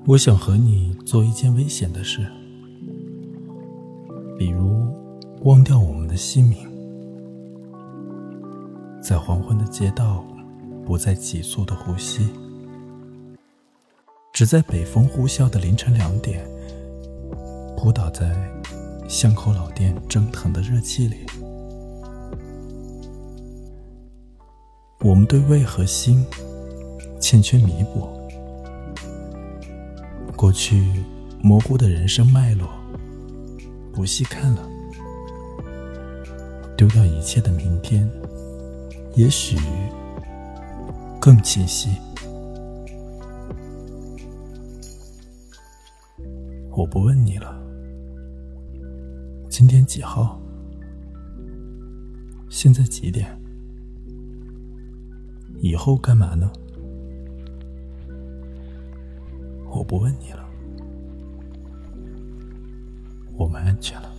我想和你做一件危险的事，比如忘掉我们的姓名，在黄昏的街道不再急促的呼吸，只在北风呼啸的凌晨2点扑倒在巷口老店蒸腾的热气里。我们对胃和心欠缺弥补，过去模糊的人生脉络不细看了，丢掉一切的明天也许更清晰。我不问你了，今天几号？现在几点？以后干嘛呢？我不问你了，我们安全了。